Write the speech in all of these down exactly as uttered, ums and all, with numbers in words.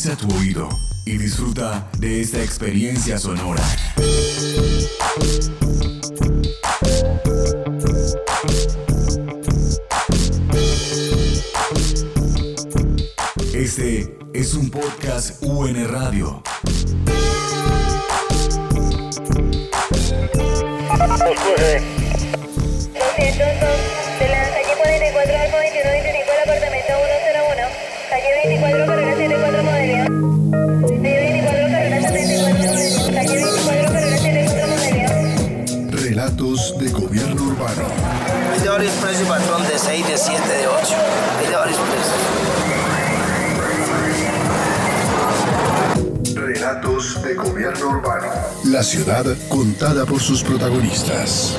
Agudiza tu oído y disfruta de esta experiencia sonora. Este es un podcast U N Radio. De la calle cuarenta y cuatro al veintiuno veinticinco del apartamento ciento uno, calle veinticuatro, carrera setenta y cuatro modelo. Calle veinticuatro, carrera setenta y cuatro modelo. Calle veinticuatro, carrera setenta y cuatro modelo. Relatos de gobierno urbano. Hay de varios precios, patrón, de seis, de siete, de ocho. Hay de varios precios. Relatos de gobierno urbano. La ciudad contada por sus protagonistas.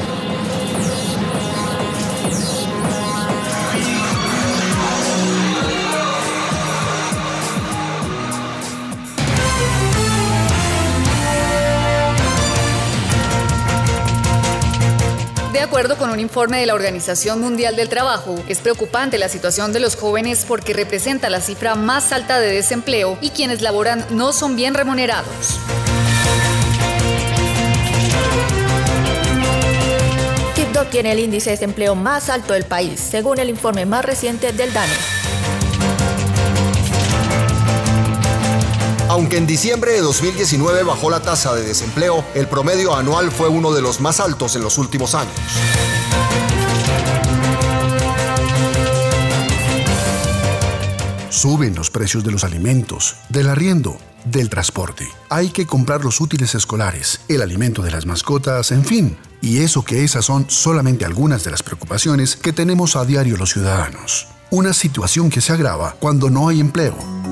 De acuerdo con un informe de la Organización Mundial del Trabajo, es preocupante la situación de los jóvenes porque representa la cifra más alta de desempleo y quienes laboran no son bien remunerados. Quibdó tiene el índice de desempleo más alto del país, según el informe más reciente del DANE. Aunque en diciembre de dos mil diecinueve bajó la tasa de desempleo, el promedio anual fue uno de los más altos en los últimos años. Suben los precios de los alimentos, del arriendo, del transporte. Hay que comprar los útiles escolares, el alimento de las mascotas, en fin. Y eso que esas son solamente algunas de las preocupaciones que tenemos a diario los ciudadanos. Una situación que se agrava cuando no hay empleo.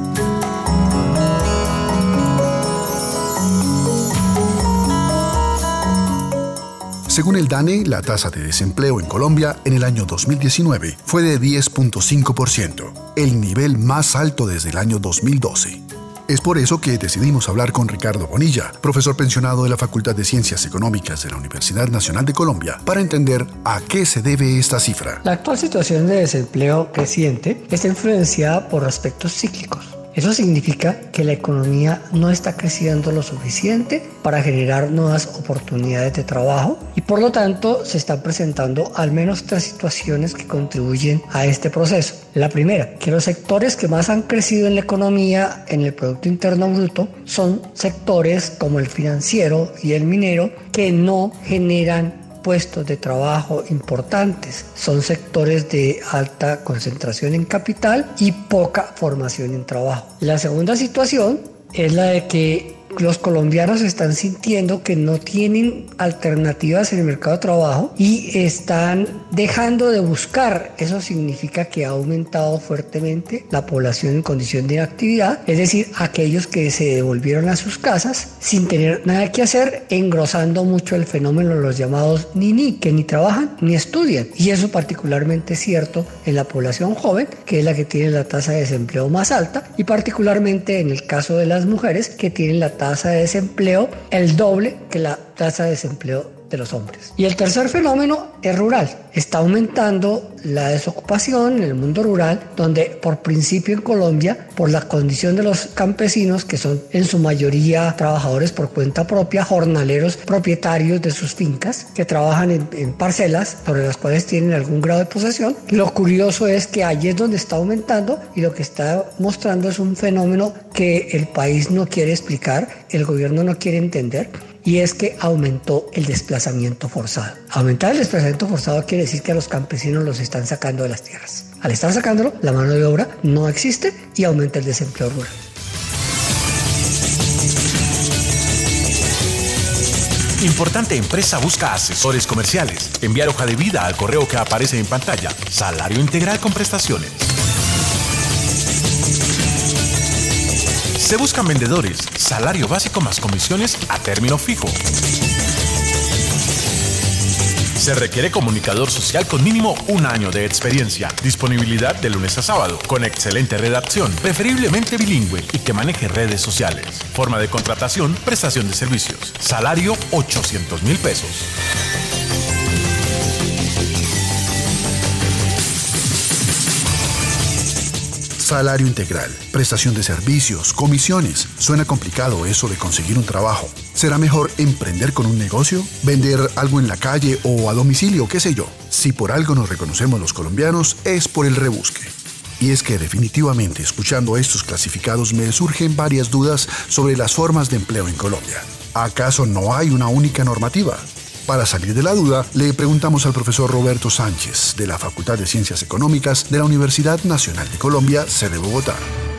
Según el DANE, la tasa de desempleo en Colombia en el año dos mil diecinueve fue de diez punto cinco por ciento, el nivel más alto desde el año dos mil doce. Es por eso que decidimos hablar con Ricardo Bonilla, profesor pensionado de la Facultad de Ciencias Económicas de la Universidad Nacional de Colombia, para entender a qué se debe esta cifra. La actual situación de desempleo creciente está influenciada por aspectos cíclicos. Eso significa que la economía no está creciendo lo suficiente para generar nuevas oportunidades de trabajo y por lo tanto se están presentando al menos tres situaciones que contribuyen a este proceso. La primera, que los sectores que más han crecido en la economía, en el Producto Interno Bruto, son sectores como el financiero y el minero que no generan puestos de trabajo importantes. Son sectores de alta concentración en capital y poca formación en trabajo. La segunda situación es la de que los colombianos están sintiendo que no tienen alternativas en el mercado de trabajo y están dejando de buscar. Eso significa que ha aumentado fuertemente la población en condición de inactividad, es decir, aquellos que se devolvieron a sus casas sin tener nada que hacer, engrosando mucho el fenómeno de los llamados ni-ni, que ni trabajan ni estudian. Y eso particularmente es cierto en la población joven, que es la que tiene la tasa de desempleo más alta, y particularmente en el caso de las mujeres, que tienen la tasa tasa de desempleo el doble que la tasa de desempleo de los hombres. Y el tercer fenómeno es rural. Está aumentando la desocupación en el mundo rural, donde por principio en Colombia, por la condición de los campesinos, que son en su mayoría trabajadores por cuenta propia, jornaleros propietarios de sus fincas, que trabajan en, en parcelas sobre las cuales tienen algún grado de posesión. Lo curioso es que allí es donde está aumentando y lo que está mostrando es un fenómeno que el país no quiere explicar, el gobierno no quiere entender, y es que aumentó el desplazamiento forzado. Aumentar el desplazamiento forzado quiere decir que a los campesinos los están sacando de las tierras. Al estar sacándolo, la mano de obra no existe y aumenta el desempleo rural. Importante Empresa busca asesores comerciales. Enviar hoja de vida al correo que aparece en pantalla. Salario integral con prestaciones. Se buscan vendedores, salario básico más comisiones a término fijo. Se requiere comunicador social con mínimo un año de experiencia. Disponibilidad de lunes a sábado, con excelente redacción, preferiblemente bilingüe y que maneje redes sociales. Forma de contratación, prestación de servicios. Salario ochocientos mil pesos. Salario integral, prestación de servicios, comisiones. Suena complicado eso de conseguir un trabajo. ¿Será mejor emprender con un negocio? ¿Vender algo en la calle o a domicilio? ¿Qué sé yo? Si por algo nos reconocemos los colombianos, es por el rebusque. Y es que definitivamente, escuchando estos clasificados, me surgen varias dudas sobre las formas de empleo en Colombia. ¿Acaso no hay una única normativa? Para salir de la duda, le preguntamos al profesor Roberto Sánchez, de la Facultad de Ciencias Económicas de la Universidad Nacional de Colombia, sede Bogotá.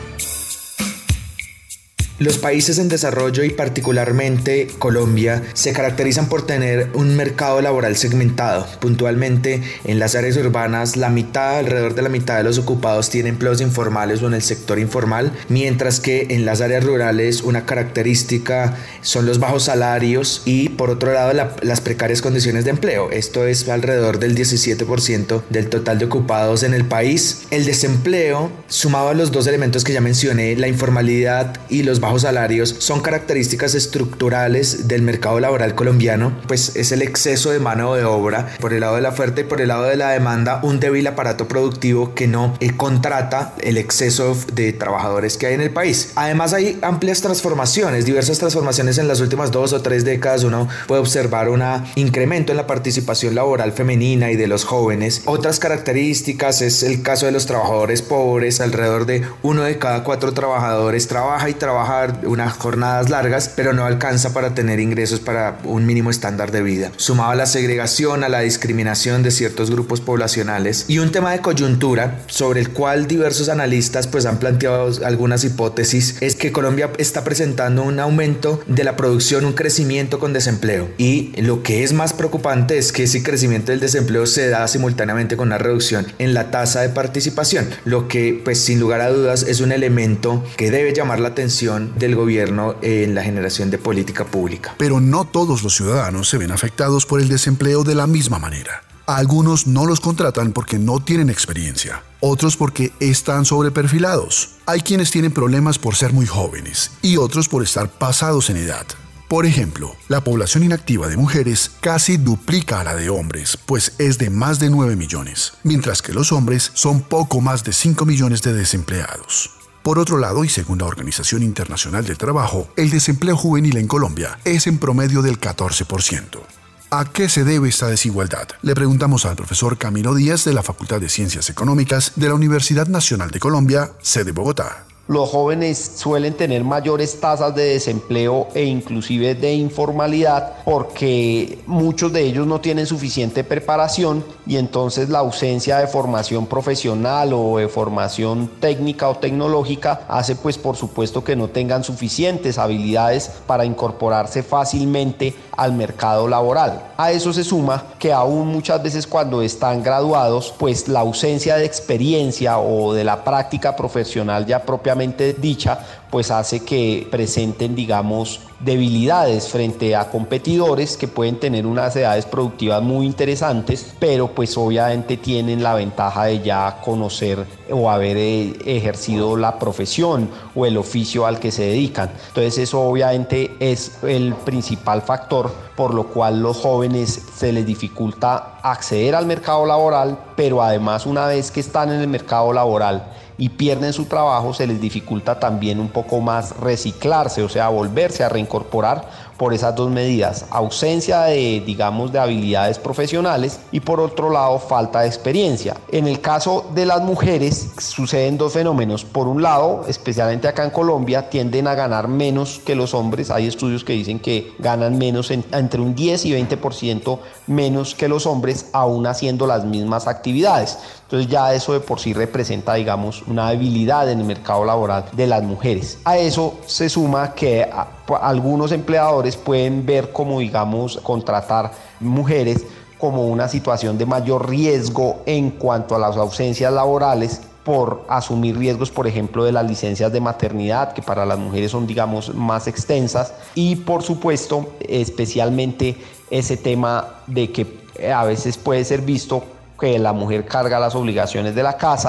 Los países en desarrollo y particularmente Colombia se caracterizan por tener un mercado laboral segmentado. Puntualmente, en las áreas urbanas, la mitad, alrededor de la mitad de los ocupados tienen empleos informales o en el sector informal, mientras que en las áreas rurales una característica son los bajos salarios y por otro lado la, las precarias condiciones de empleo. Esto es alrededor del diecisiete por ciento del total de ocupados en el país. El desempleo, sumado a los dos elementos que ya mencioné, la informalidad y los bajos bajos salarios, son características estructurales del mercado laboral colombiano, pues es el exceso de mano de obra por el lado de la oferta y por el lado de la demanda, un débil aparato productivo que no eh, contrata el exceso de trabajadores que hay en el país. Además hay amplias transformaciones, diversas transformaciones en las últimas dos o tres décadas. Uno puede observar un incremento en la participación laboral femenina y de los jóvenes. Otras características es el caso de los trabajadores pobres. Alrededor de uno de cada cuatro trabajadores trabaja y trabaja unas jornadas largas, pero no alcanza para tener ingresos para un mínimo estándar de vida. Sumado a la segregación, a la discriminación de ciertos grupos poblacionales y un tema de coyuntura sobre el cual diversos analistas pues han planteado algunas hipótesis, es que Colombia está presentando un aumento de la producción, un crecimiento con desempleo, y lo que es más preocupante es que ese crecimiento del desempleo se da simultáneamente con una reducción en la tasa de participación, lo que pues sin lugar a dudas es un elemento que debe llamar la atención del gobierno en la generación de política pública. Pero no todos los ciudadanos se ven afectados por el desempleo de la misma manera. Algunos no los contratan porque no tienen experiencia, otros porque están sobreperfilados. Hay quienes tienen problemas por ser muy jóvenes y otros por estar pasados en edad. Por ejemplo, la población inactiva de mujeres casi duplica a la de hombres, pues es de más de nueve millones, mientras que los hombres son poco más de cinco millones de desempleados. Por otro lado, y según la Organización Internacional del Trabajo, el desempleo juvenil en Colombia es en promedio del catorce por ciento. ¿A qué se debe esta desigualdad? Le preguntamos al profesor Camilo Díaz de la Facultad de Ciencias Económicas de la Universidad Nacional de Colombia, sede Bogotá. Los jóvenes suelen tener mayores tasas de desempleo e inclusive de informalidad porque muchos de ellos no tienen suficiente preparación y entonces la ausencia de formación profesional o de formación técnica o tecnológica hace pues por supuesto que no tengan suficientes habilidades para incorporarse fácilmente al mercado laboral. A eso se suma que aún muchas veces cuando están graduados pues la ausencia de experiencia o de la práctica profesional ya propiamente dicha, pues hace que presenten, digamos, debilidades frente a competidores que pueden tener unas edades productivas muy interesantes, pero pues obviamente tienen la ventaja de ya conocer o haber ejercido la profesión o el oficio al que se dedican. Entonces eso obviamente es el principal factor por lo cual los jóvenes se les dificulta acceder al mercado laboral, pero además una vez que están en el mercado laboral y pierden su trabajo, se les dificulta también un poco más reciclarse, o sea, volverse a reincorporar por esas dos medidas: ausencia de, digamos, de habilidades profesionales y por otro lado, falta de experiencia. En el caso de las mujeres suceden dos fenómenos. Por un lado, especialmente acá en Colombia, tienden a ganar menos que los hombres. Hay estudios que dicen que ganan menos, en, entre un diez y veinte por ciento menos que los hombres, aún haciendo las mismas actividades. Entonces ya eso de por sí representa, digamos, una debilidad en el mercado laboral de las mujeres. A eso se suma que a, a algunos empleadores pueden ver como, digamos, contratar mujeres como una situación de mayor riesgo en cuanto a las ausencias laborales, por asumir riesgos, por ejemplo, de las licencias de maternidad, que para las mujeres son, digamos, más extensas, y por supuesto, especialmente ese tema de que a veces puede ser visto que la mujer carga las obligaciones de la casa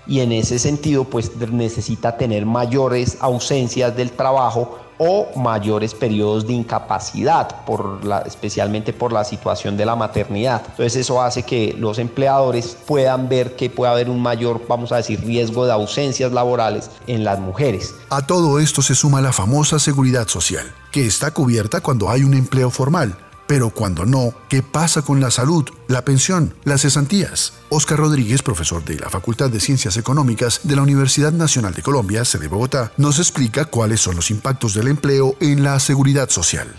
y en ese sentido pues necesita tener mayores ausencias del trabajo o mayores periodos de incapacidad, por la, especialmente por la situación de la maternidad. Entonces eso hace que los empleadores puedan ver que puede haber un mayor, vamos a decir, riesgo de ausencias laborales en las mujeres. A todo esto se suma la famosa seguridad social, que está cubierta cuando hay un empleo formal. Pero cuando no, ¿qué pasa con la salud, la pensión, las cesantías? Óscar Rodríguez, profesor de la Facultad de Ciencias Económicas de la Universidad Nacional de Colombia, sede Bogotá, nos explica cuáles son los impactos del empleo en la seguridad social.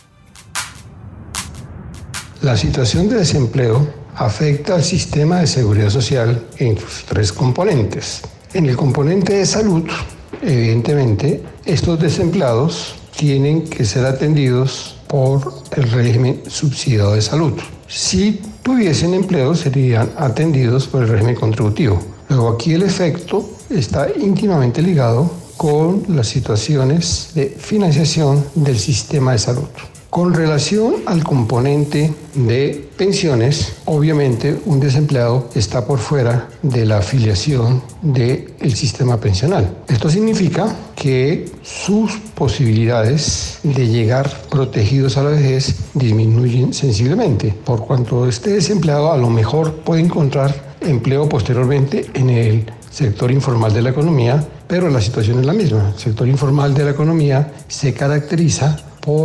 La situación de desempleo afecta al sistema de seguridad social en sus tres componentes. En el componente de salud, evidentemente, estos desempleados tienen que ser atendidos por el régimen subsidiado de salud. Si tuviesen empleo, serían atendidos por el régimen contributivo. Luego aquí el efecto está íntimamente ligado con las situaciones de financiación del sistema de salud. Con relación al componente de pensiones, obviamente un desempleado está por fuera de la afiliación del sistema pensional. Esto significa que sus posibilidades de llegar protegidos a la vejez disminuyen sensiblemente, por cuanto este desempleado a lo mejor puede encontrar empleo posteriormente en el sector informal de la economía, pero la situación es la misma. El sector informal de la economía se caracteriza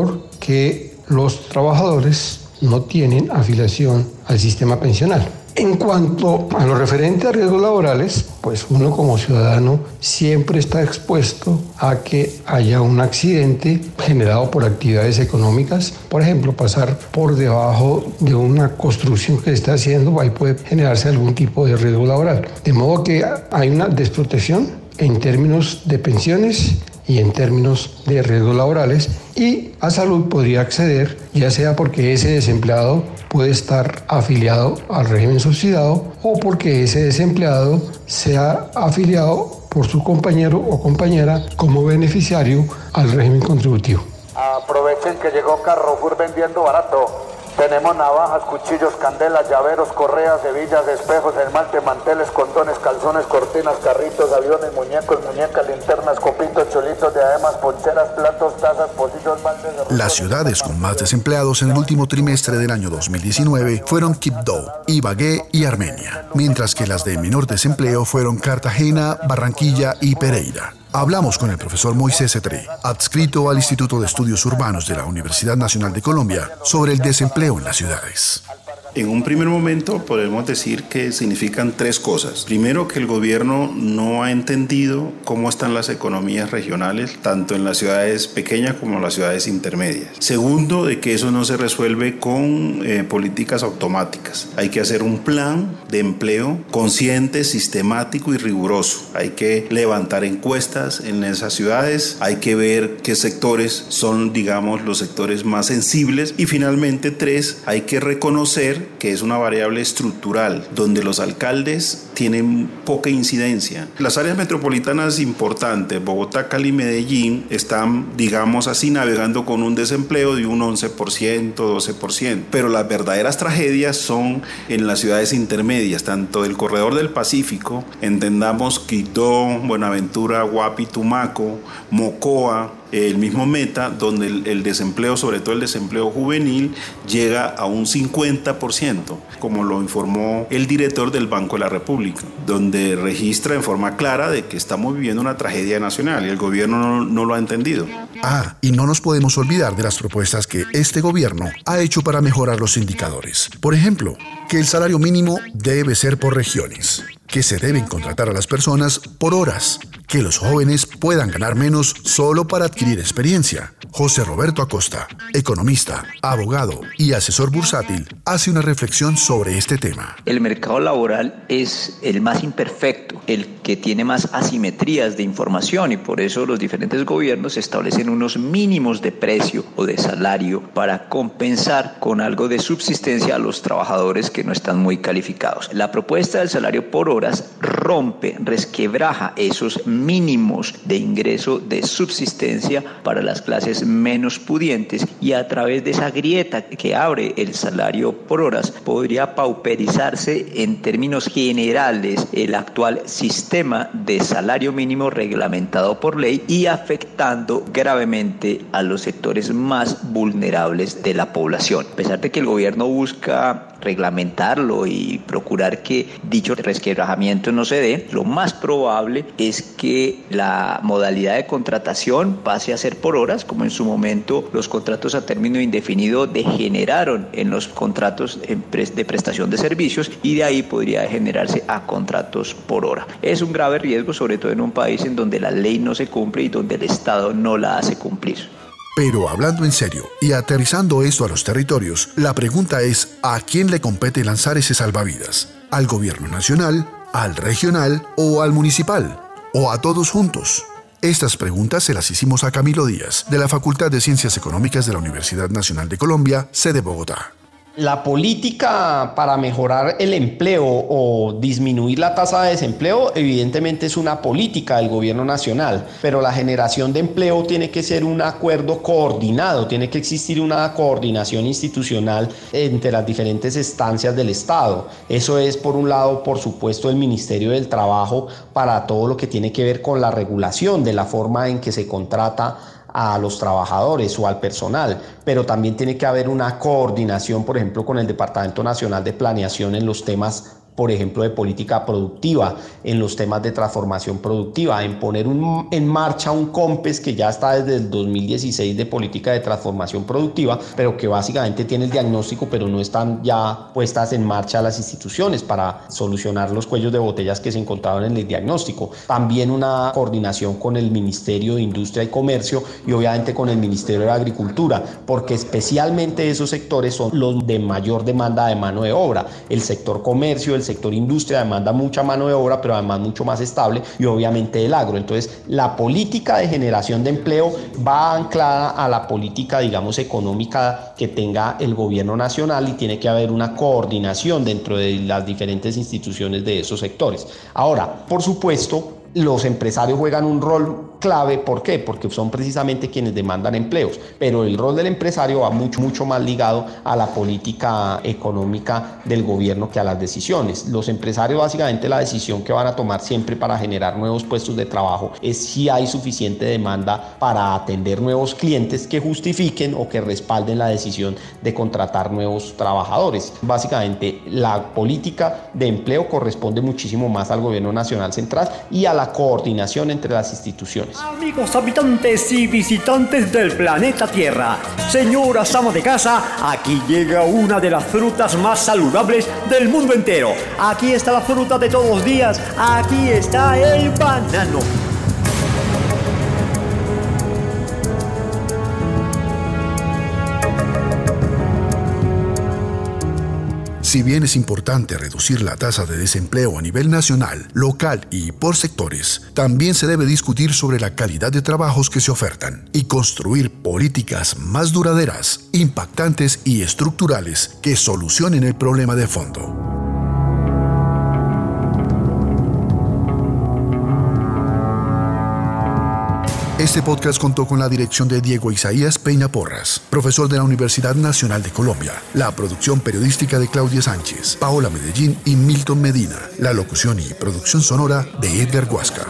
porque los trabajadores no tienen afiliación al sistema pensional. En cuanto a lo referente a riesgos laborales, pues uno como ciudadano siempre está expuesto a que haya un accidente generado por actividades económicas. Por ejemplo, pasar por debajo de una construcción que se está haciendo, ahí puede generarse algún tipo de riesgo laboral. De modo que hay una desprotección en términos de pensiones y en términos de riesgos laborales, y a salud podría acceder, ya sea porque ese desempleado puede estar afiliado al régimen subsidiado o porque ese desempleado sea afiliado por su compañero o compañera como beneficiario al régimen contributivo. Aprovechen que llegó Carrefour vendiendo barato. Tenemos navajas, cuchillos, candelas, llaveros, correas, hebillas, espejos, esmalte, manteles, condones, calzones, cortinas, carritos, aviones, muñecos, muñecas, linternas, copitos, cholitos, diademas, poncheras, platos, tazas, pocillos, baldes... Las ciudades con más desempleados en el último trimestre del año dos mil diecinueve fueron Quibdó, Ibagué y Armenia, mientras que las de menor desempleo fueron Cartagena, Barranquilla y Pereira. Hablamos con el profesor Moisés Cetré, adscrito al Instituto de Estudios Urbanos de la Universidad Nacional de Colombia, sobre el desempleo en las ciudades. En un primer momento podemos decir que significan tres cosas. Primero, que el gobierno no ha entendido cómo están las economías regionales, tanto en las ciudades pequeñas como en las ciudades intermedias. Segundo, de que eso no se resuelve con eh, políticas automáticas. Hay que hacer un plan de empleo consciente, sistemático y riguroso. Hay que levantar encuestas en esas ciudades, hay que ver qué sectores son, digamos, los sectores más sensibles. Y finalmente, tres, hay que reconocer que es una variable estructural, donde los alcaldes tienen poca incidencia. Las áreas metropolitanas importantes, Bogotá, Cali y Medellín, están, digamos así, navegando con un desempleo de un once por ciento, doce por ciento. Pero las verdaderas tragedias son en las ciudades intermedias, tanto del corredor del Pacífico, entendamos Quibdó, Buenaventura, Guapi, Tumaco, Mocoa, el mismo Meta, donde el, el desempleo, sobre todo el desempleo juvenil, llega a un cincuenta por ciento, como lo informó el director del Banco de la República, donde registra en forma clara de que estamos viviendo una tragedia nacional y el gobierno no, no lo ha entendido. Ah, y no nos podemos olvidar de las propuestas que este gobierno ha hecho para mejorar los indicadores. Por ejemplo, que el salario mínimo debe ser por regiones, que se deben contratar a las personas por horas, que los jóvenes puedan ganar menos solo para adquirir experiencia. José Roberto Acosta, economista, abogado y asesor bursátil, hace una reflexión sobre este tema. El mercado laboral es el más imperfecto, el que tiene más asimetrías de información, y por eso los diferentes gobiernos establecen unos mínimos de precio o de salario para compensar con algo de subsistencia a los trabajadores que no están muy calificados. La propuesta del salario por horas rompe, resquebraja esos mínimos de ingreso de subsistencia para las clases menos pudientes, y a través de esa grieta que abre el salario por horas podría pauperizarse en términos generales el actual sistema de salario mínimo reglamentado por ley y afectando gravemente a los sectores más vulnerables de la población. A pesar de que el gobierno busca reglamentarlo y procurar que dicho resquebrajamiento no se dé, lo más probable es que la modalidad de contratación pase a ser por horas, como en su momento los contratos a término indefinido degeneraron en los contratos de prestación de servicios, y de ahí podría degenerarse a contratos por hora. Es un grave riesgo, sobre todo en un país en donde la ley no se cumple y donde el Estado no la hace cumplir. Pero hablando en serio y aterrizando esto a los territorios, la pregunta es: ¿a quién le compete lanzar ese salvavidas? ¿Al gobierno nacional, al regional o al municipal? ¿O a todos juntos? Estas preguntas se las hicimos a Camilo Díaz, de la Facultad de Ciencias Económicas de la Universidad Nacional de Colombia, sede Bogotá. La política para mejorar el empleo o disminuir la tasa de desempleo evidentemente es una política del gobierno nacional, pero la generación de empleo tiene que ser un acuerdo coordinado, tiene que existir una coordinación institucional entre las diferentes instancias del Estado. Eso es, por un lado, por supuesto, el Ministerio del Trabajo para todo lo que tiene que ver con la regulación de la forma en que se contrata a los trabajadores o al personal, pero también tiene que haber una coordinación, por ejemplo, con el Departamento Nacional de Planeación en los temas, por ejemplo, de política productiva, en los temas de transformación productiva, en poner un, en marcha un COMPES que ya está desde el dos mil dieciséis de política de transformación productiva, pero que básicamente tiene el diagnóstico, pero no están ya puestas en marcha las instituciones para solucionar los cuellos de botellas que se encontraban en el diagnóstico. También una coordinación con el Ministerio de Industria y Comercio y obviamente con el Ministerio de Agricultura, porque especialmente esos sectores son los de mayor demanda de mano de obra. El sector comercio, el sector industria demanda mucha mano de obra, pero además mucho más estable, y obviamente el agro. Entonces, la política de generación de empleo va anclada a la política, digamos, económica que tenga el gobierno nacional, y tiene que haber una coordinación dentro de las diferentes instituciones de esos sectores. Ahora, por supuesto, los empresarios juegan un rol clave. ¿Por qué? Porque son precisamente quienes demandan empleos, pero el rol del empresario va mucho, mucho más ligado a la política económica del gobierno que a las decisiones. Los empresarios, básicamente, la decisión que van a tomar siempre para generar nuevos puestos de trabajo es si hay suficiente demanda para atender nuevos clientes que justifiquen o que respalden la decisión de contratar nuevos trabajadores. Básicamente, la política de empleo corresponde muchísimo más al gobierno nacional central y a la coordinación entre las instituciones. Amigos habitantes y visitantes del planeta Tierra, señoras amas de casa, aquí llega una de las frutas más saludables del mundo entero. Aquí está la fruta de todos los días, aquí está el banano. Si bien es importante reducir la tasa de desempleo a nivel nacional, local y por sectores, también se debe discutir sobre la calidad de trabajos que se ofertan y construir políticas más duraderas, impactantes y estructurales que solucionen el problema de fondo. Este podcast contó con la dirección de Diego Isaías Peña Porras, profesor de la Universidad Nacional de Colombia, la producción periodística de Claudia Sánchez, Paola Medellín y Milton Medina, la locución y producción sonora de Edgar Huasca.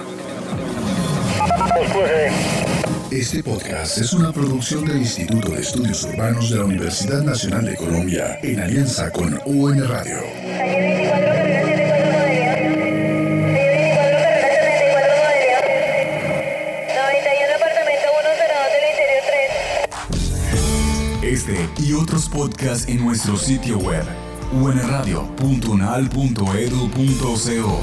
Este podcast es una producción del Instituto de Estudios Urbanos de la Universidad Nacional de Colombia, en alianza con U N Radio. Este y otros podcasts en nuestro sitio web u n radio punto u n a l punto e d u punto co.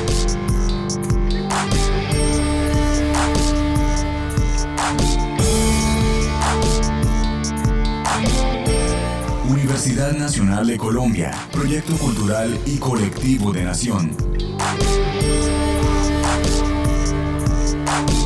Universidad Nacional de Colombia, proyecto cultural y colectivo de nación.